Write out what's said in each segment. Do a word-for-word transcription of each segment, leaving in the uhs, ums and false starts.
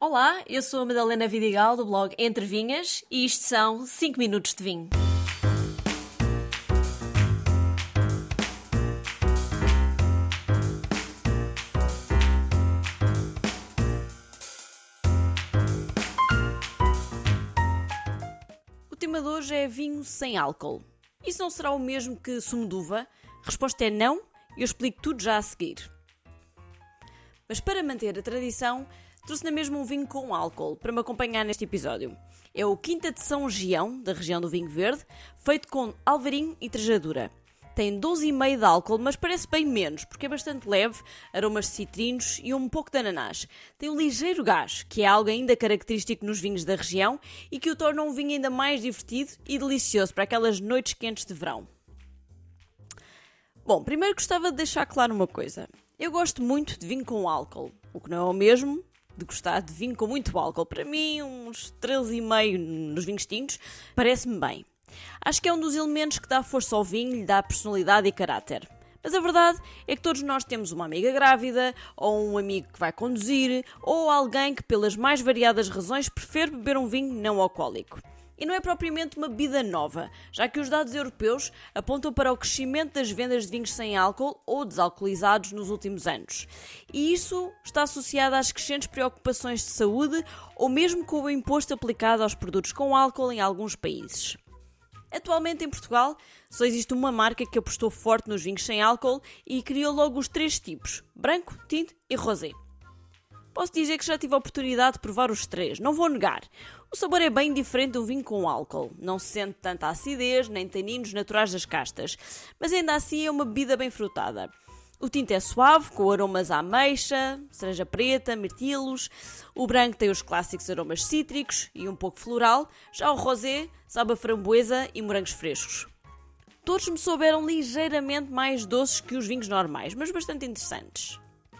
Olá, eu sou a Madalena Vidigal do blog Entre Vinhas e isto são cinco minutos de vinho. O tema de hoje é vinho sem álcool. Isso não será o mesmo que sumo de uva? A resposta é não e eu explico tudo já a seguir. Mas para manter a tradição, trouxe na mesma um vinho com álcool para me acompanhar neste episódio. É o Quinta de São Gião, da região do vinho verde, feito com alvarinho e trajadura. Tem doze vírgula cinco de álcool, mas parece bem menos, porque é bastante leve, aromas de citrinos e um pouco de ananás. Tem um ligeiro gás, que é algo ainda característico nos vinhos da região e que o torna um vinho ainda mais divertido e delicioso para aquelas noites quentes de verão. Bom, primeiro gostava de deixar claro uma coisa. Eu gosto muito de vinho com álcool, o que não é o mesmo de gostar de vinho com muito álcool. Para mim, uns treze vírgula cinco nos vinhos tintos parece-me bem. Acho que é um dos elementos que dá força ao vinho, lhe dá personalidade e caráter. Mas a verdade é que todos nós temos uma amiga grávida, ou um amigo que vai conduzir, ou alguém que, pelas mais variadas razões, prefere beber um vinho não alcoólico. E não é propriamente uma bebida nova, já que os dados europeus apontam para o crescimento das vendas de vinhos sem álcool ou desalcoolizados nos últimos anos. E isso está associado às crescentes preocupações de saúde ou mesmo com o imposto aplicado aos produtos com álcool em alguns países. Atualmente em Portugal só existe uma marca que apostou forte nos vinhos sem álcool e criou logo os três tipos: branco, tinto e rosé. Posso dizer que já tive a oportunidade de provar os três, não vou negar. O sabor é bem diferente do vinho com álcool. Não se sente tanta acidez, nem taninos naturais das castas. Mas ainda assim é uma bebida bem frutada. O tinto é suave, com aromas à ameixa, cereja preta, mirtilos. O branco tem os clássicos aromas cítricos e um pouco floral. Já o rosé sabe a framboesa e morangos frescos. Todos me souberam ligeiramente mais doces que os vinhos normais, mas bastante interessantes.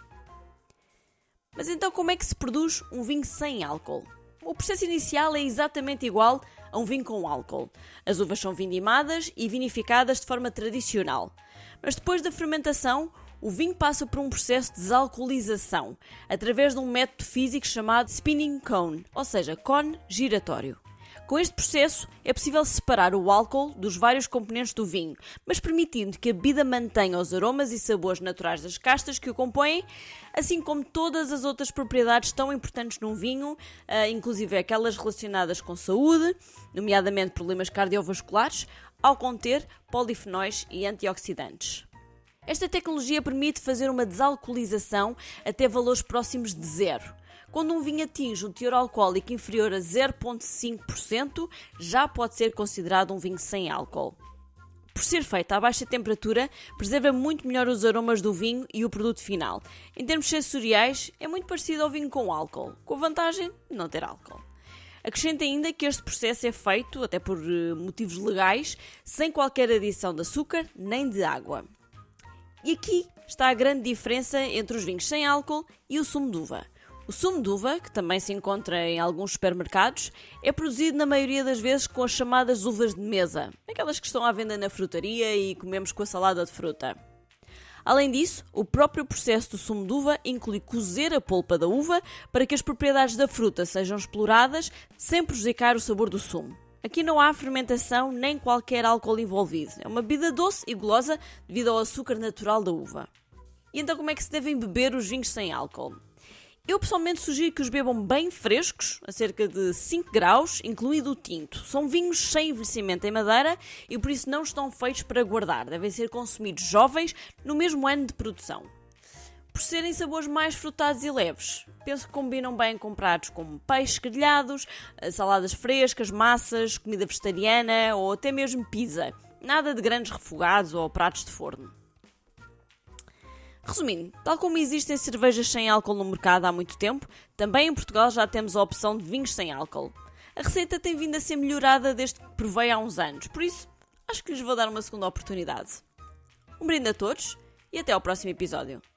Mas então como é que se produz um vinho sem álcool? O processo inicial é exatamente igual a um vinho com álcool. As uvas são vindimadas e vinificadas de forma tradicional. Mas depois da fermentação, o vinho passa por um processo de desalcoolização, através de um método físico chamado spinning cone, ou seja, cone giratório. Com este processo, é possível separar o álcool dos vários componentes do vinho, mas permitindo que a bebida mantenha os aromas e sabores naturais das castas que o compõem, assim como todas as outras propriedades tão importantes num vinho, inclusive aquelas relacionadas com saúde, nomeadamente problemas cardiovasculares, ao conter polifenóis e antioxidantes. Esta tecnologia permite fazer uma desalcoolização até valores próximos de zero. Quando um vinho atinge um teor alcoólico inferior a zero vírgula cinco por cento, já pode ser considerado um vinho sem álcool. Por ser feito a baixa temperatura, preserva muito melhor os aromas do vinho e o produto final. Em termos sensoriais, é muito parecido ao vinho com álcool, com a vantagem de não ter álcool. Acrescento ainda que este processo é feito, até por motivos legais, sem qualquer adição de açúcar nem de água. E aqui está a grande diferença entre os vinhos sem álcool e o sumo de uva. O sumo de uva, que também se encontra em alguns supermercados, é produzido na maioria das vezes com as chamadas uvas de mesa, aquelas que estão à venda na frutaria e comemos com a salada de fruta. Além disso, o próprio processo do sumo de uva inclui cozer a polpa da uva para que as propriedades da fruta sejam exploradas sem prejudicar o sabor do sumo. Aqui não há fermentação nem qualquer álcool envolvido. É uma bebida doce e golosa devido ao açúcar natural da uva. E então como é que se devem beber os vinhos sem álcool? Eu pessoalmente sugiro que os bebam bem frescos, a cerca de cinco graus, incluído o tinto. São vinhos sem envelhecimento em madeira e por isso não estão feitos para guardar. Devem ser consumidos jovens no mesmo ano de produção. Por serem sabores mais frutados e leves, penso que combinam bem com pratos como peixes grelhados, saladas frescas, massas, comida vegetariana ou até mesmo pizza. Nada de grandes refogados ou pratos de forno. Resumindo, tal como existem cervejas sem álcool no mercado há muito tempo, também em Portugal já temos a opção de vinhos sem álcool. A receita tem vindo a ser melhorada desde que provei há uns anos, por isso acho que lhes vou dar uma segunda oportunidade. Um brinde a todos e até ao próximo episódio.